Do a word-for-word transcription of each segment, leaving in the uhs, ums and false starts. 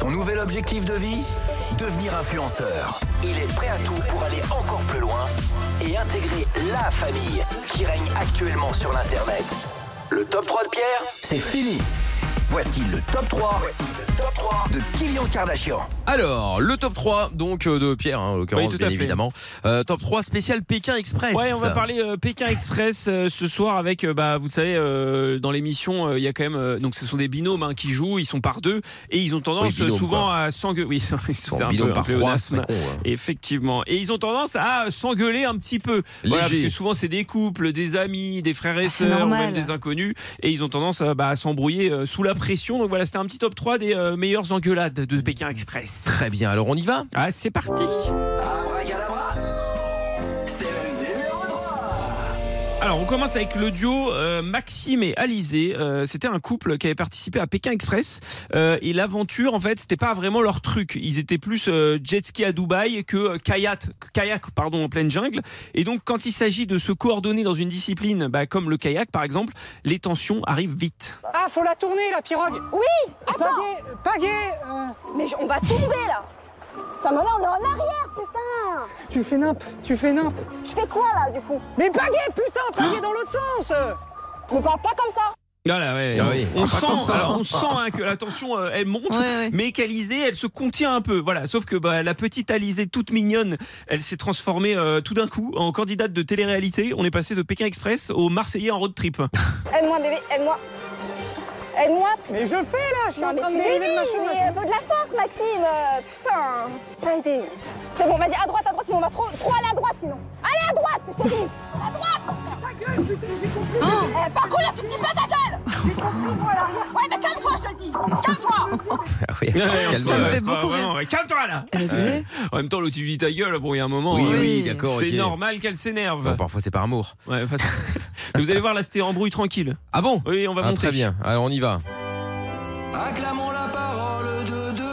Son nouvel objectif de vie ? Devenir influenceur. Il est prêt à tout pour aller encore plus loin et intégrer la famille qui règne actuellement sur l'internet. Le top trois de Pierre, c'est fini. Voici le top trois, Voici le top trois de Kylian Kardashian. Alors, le top trois donc de Pierre, hein, en l'occurrence, oui, bien évidemment. Euh, top trois spécial Pékin Express. Ouais, on va parler euh, Pékin Express euh, ce soir avec, euh, bah, vous savez, euh, dans l'émission, il euh, y a quand même, euh, donc ce sont des binômes hein, qui jouent, ils sont par deux et ils ont tendance oui, binôme, souvent quoi. à s'engueuler. Oui, c'est un peu, par un peu trois, con, ouais. Effectivement. Et ils ont tendance à s'engueuler un petit peu. Voilà, parce que souvent c'est des couples, des amis, des frères et sœurs, ou même des inconnus, et ils ont tendance à, bah, à s'embrouiller euh, sous la pression. Donc voilà, c'était un petit top trois des euh, meilleures engueulades de Pékin Express. Très bien, alors on y va ? Ah, c'est parti. Alors on commence avec le duo euh, Maxime et Alizé. Euh, c'était un couple qui avait participé à Pékin Express euh, et l'aventure en fait c'était pas vraiment leur truc. Ils étaient plus euh, jet ski à Dubaï que kayak, kayak pardon en pleine jungle. Et donc quand il s'agit de se coordonner dans une discipline bah, comme le kayak par exemple, les tensions arrivent vite. Ah faut la tourner la pirogue. Oui. Attends. Pagaie, pagaie. Euh... Mais on va tomber là. Ça me là on est en arrière putain. Tu fais nimp, tu fais nimp. Je fais quoi là du coup? Mais pagaie putain, pagaie dans l'autre sens. Me parle pas comme ça. Voilà, ouais. Ah oui, on, sent, alors, on sent hein, que la tension euh, elle monte, ouais, ouais. mais qu'Alizée elle se contient un peu. Voilà, sauf que bah, la petite Alizée toute mignonne, elle s'est transformée euh, tout d'un coup en candidate de télé-réalité. On est passé de Pékin Express au Marseillais en road trip. Aide-moi bébé, aide-moi. Aide-moi. Mais je fais là, je suis non, en train de mais dériver le machin. Mais euh, faut de la force Maxime. Euh, putain. Pas aider. C'est bon, vas-y à droite, à droite, sinon on va trop, trop aller à droite sinon. Allez à droite, je te dis. À droite. Ta gueule, putain, j'ai compris. Oh. Eh, par contre là, tu te dis pas ta gueule. J'ai compris, voilà. Ouais, mais calme-toi, je te le dis. Calme-toi. Ah oui, ouais, calme ça me fait c'est pas beaucoup vraiment, ouais, calme-toi là. Euh, En même temps, l'autre tu dis ta gueule, bon il y a un moment. Oui, euh, oui, d'accord. C'est okay. normal qu'elle s'énerve. Bon, parfois c'est par amour. Ouais, parce... Vous allez voir là, c'était embrouille tranquille. Ah bon ? Oui, on va ah, monter. Très bien, alors on y va. Acclamons la parole de deux.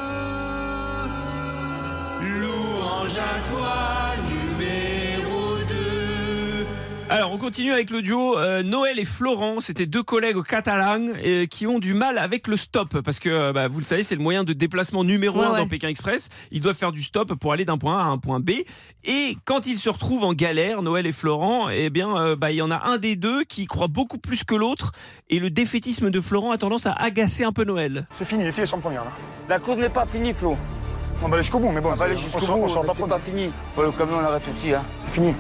Louange à toi, numéro deux. Alors, on continue avec le duo euh, Noël et Florent. C'était deux collègues catalans euh, qui ont du mal avec le stop. Parce que, euh, bah, vous le savez, c'est le moyen de déplacement numéro ouais, un ouais. dans Pékin Express. Ils doivent faire du stop pour aller d'un point A à un point B. Et quand ils se retrouvent en galère, Noël et Florent, eh bien, euh, bah, il y en a un des deux qui croit beaucoup plus que l'autre. Et le défaitisme de Florent a tendance à agacer un peu Noël. C'est fini, les filles sont premières là. La course n'est pas finie, Flo. On va aller jusqu'au bout, mais bon. On va aller jusqu'au bout, mais c'est pas fini. Bon, le camion, on arrête aussi, hein. C'est fini.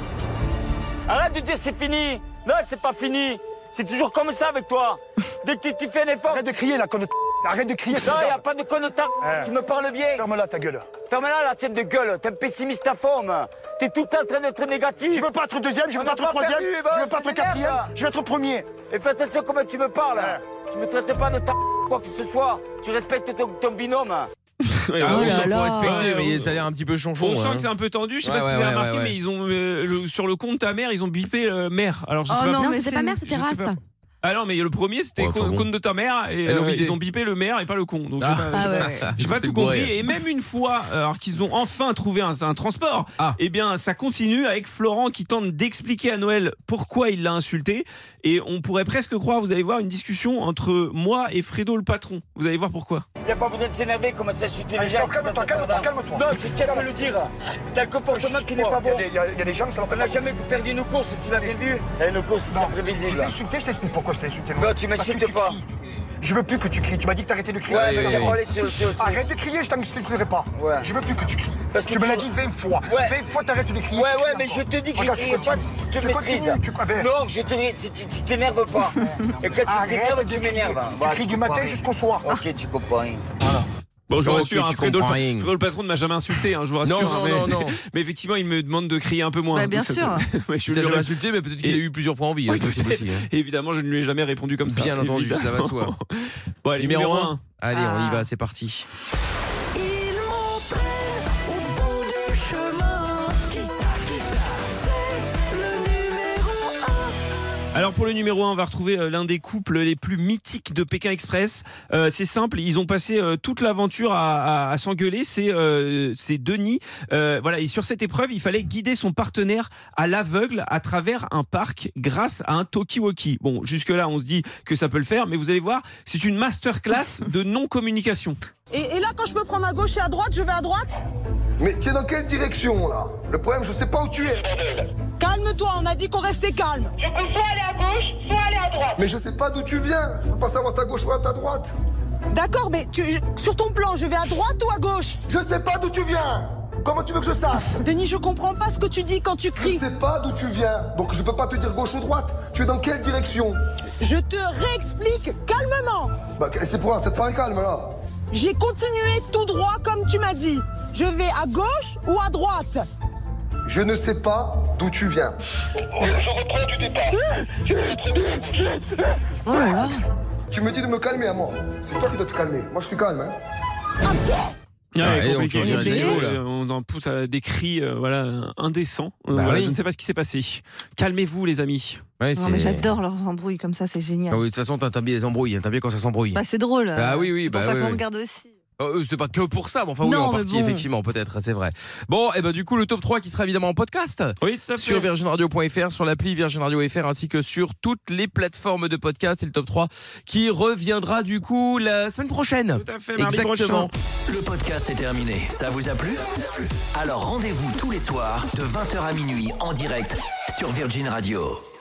Arrête de dire c'est fini. Non, c'est pas fini. C'est toujours comme ça avec toi. Dès que tu fais un effort... Arrête de crier, là, conne... Arrête de crier. Non, il n'y a pas de connotation. Eh. Tu me parles bien. Ferme-la, ta gueule. Ferme-la, la tienne de gueule. T'es un pessimiste à forme. T'es tout le temps en train d'être négatif. Je veux pas être deuxième, je veux On pas n'a être pas troisième, perdu, bah, je veux pas tu être quatrième, m'énerves, je veux être premier. Et fais attention comment tu me parles. Ouais. Tu me traites pas de ta quoi que ce soit. Tu respectes ton, ton binôme. Ouais, Ah on oui, sent- ça faut respecter, Ouais, mais on- ça a l'air un petit peu chonchon. On sent hein. que c'est un peu tendu. Je sais Ouais, pas si ouais, vous avez ouais, remarqué, ouais, mais ils ont euh, le- sur le compte ta mère, ils ont bipé euh, mère. Alors je sais Oh pas. non, Non, mais c'était c'est- pas mère, c'était je sais race. pas. Ah non, mais le premier c'était Ouais, compte, enfin bon. compte de ta mère et Elle a euh, oublié. ils ont bipé le mère et pas le con. Donc Ah. j'ai pas, Ah j'ai ouais, pas- ouais. j'ai pas T'es tout bourré. compris. Et même une fois, alors qu'ils ont enfin trouvé un, un transport, Ah. eh bien ça continue avec Florent qui tente d'expliquer à Noël pourquoi il l'a insulté. Et on pourrait presque croire, vous allez voir, une discussion entre moi et Fredo le patron. Vous allez voir pourquoi. Il n'y a pas besoin de s'énerver, comment ça insulter les Allez, gens. stop, calme-toi, calme-toi, calme-toi. Non, je tiens à te le dire. T'as un comportement qui n'est pas bon. Il y, a- il y a des gens, ça va On n'a jamais perdu nos courses, tu l'as bien vu. Et nos courses, c'est Non. Je imprévisible. t'ai insulté, je t'explique pourquoi je t'ai insulté. Non, tu Parce que m'insultes tu pas. cries. Je veux plus que tu cries. Tu m'as dit que t'arrêtais de crier. Ouais, Oui, mais oui, j'ai oui. parlé sur sur- sur- Arrête de crier, je t'insulterai pas. Ouais. Je veux plus que tu cries. Parce que tu me tu- l'as dit vingt fois. Ouais. vingt fois, t'arrêtes de crier. Ouais, tu ouais, cries mais je encore. te dis que je Regarde, tu crie pas continues. si tu te Tu maîtrises. continues, tu crois bien. Non, je te si tu tu t'énerves pas. Et quand tu Arrête t'énerves, de tu crier. m'énerves. Tu Voilà, cries du comprends matin rien. jusqu'au soir. Ok, tu comprends rien. Bon, je vous Ok, rassure, hein, tu Fredo, le, comprends pa- rien. Fredo le patron ne m'a jamais insulté, hein, je vous rassure. Non, hein, non, mais, non, non. mais effectivement, il me demande de crier un peu moins. Bah, bien Donc, ça sûr. peut- Ouais, je Tu lui t'as ai jamais ré- insulté, mais peut-être qu'il a eu plusieurs fois envie. hein, Oui, c'est possible peut-être. aussi, hein. Et évidemment, je ne lui ai jamais répondu comme ça. Bien entendu, évidemment. cela va de soi. Bon, allez, Numéro numéro un. un. Allez, on y Ah. va, c'est parti. Ils montraient au bout du chemin. Qui ça, qui ça, c'est le numéro un. Alors pour le numéro un, on va retrouver euh, l'un des couples les plus mythiques de Pékin Express. Euh, c'est simple, ils ont passé euh, toute l'aventure à, à, à s'engueuler. C'est, euh, c'est Denis. Euh, voilà, et sur cette épreuve, il fallait guider son partenaire à l'aveugle à travers un parc grâce à un talkie-walkie. Bon, jusque-là, on se dit que ça peut le faire, mais vous allez voir, c'est une masterclass de non-communication. Et, et là, quand je peux prendre à gauche et à droite, je vais à droite? Mais tu es dans quelle direction là? Le problème, je sais pas où tu es. Calme-toi, on a dit qu'on restait calme. Je peux soit aller à gauche, soit aller à droite. Mais je sais pas d'où tu viens. Je peux pas savoir ta gauche ou ta droite. D'accord, mais tu, sur ton plan, je vais à droite ou à gauche? Je sais pas d'où tu viens. Comment tu veux que je sache? Denis, je comprends pas ce que tu dis quand tu Je cries. sais pas d'où tu viens. Donc je peux pas te dire gauche ou droite. Tu es dans quelle direction? Je te réexplique calmement. Bah c'est pour un, c'est pas calme là. J'ai continué tout droit comme tu m'as dit. Je vais à gauche ou à droite? Je ne sais pas d'où tu viens. Oh là là. Tu me dis de me calmer à moi. C'est toi qui dois te calmer. Moi je suis calme, hein. Ouais, Ah, et compliqué. on dirait des animaux, là. Euh, on en pousse à des cris euh, voilà, indécents. Euh, Bah voilà, oui. Je ne sais pas ce qui s'est passé. Calmez-vous, les amis. Ouais, Non, c'est- mais j'adore leurs embrouilles comme ça, c'est génial. Ah oui, de toute façon, t'as t'as bien les embrouilles. T'as bien quand ça s'embrouille. Bah, c'est drôle. Bah oui, oui, C'est pour bah ça oui, qu'on oui. regarde aussi. Euh, c'est pas que pour ça, mais enfin oui, Non, en mais partie, bon. effectivement, peut-être, c'est vrai. Bon, et ben du coup, le top trois qui sera évidemment en podcast. Oui, tout à fait. Sur virgin radio point f r, sur l'appli Virgin Radio F R, ainsi que sur toutes les plateformes de podcast. Et le top trois qui reviendra du coup la semaine prochaine. Tout à fait, mardi Exactement. prochain. Le podcast est terminé. Ça vous a plu? Alors rendez-vous tous les soirs de vingt heures à minuit en direct sur Virgin Radio.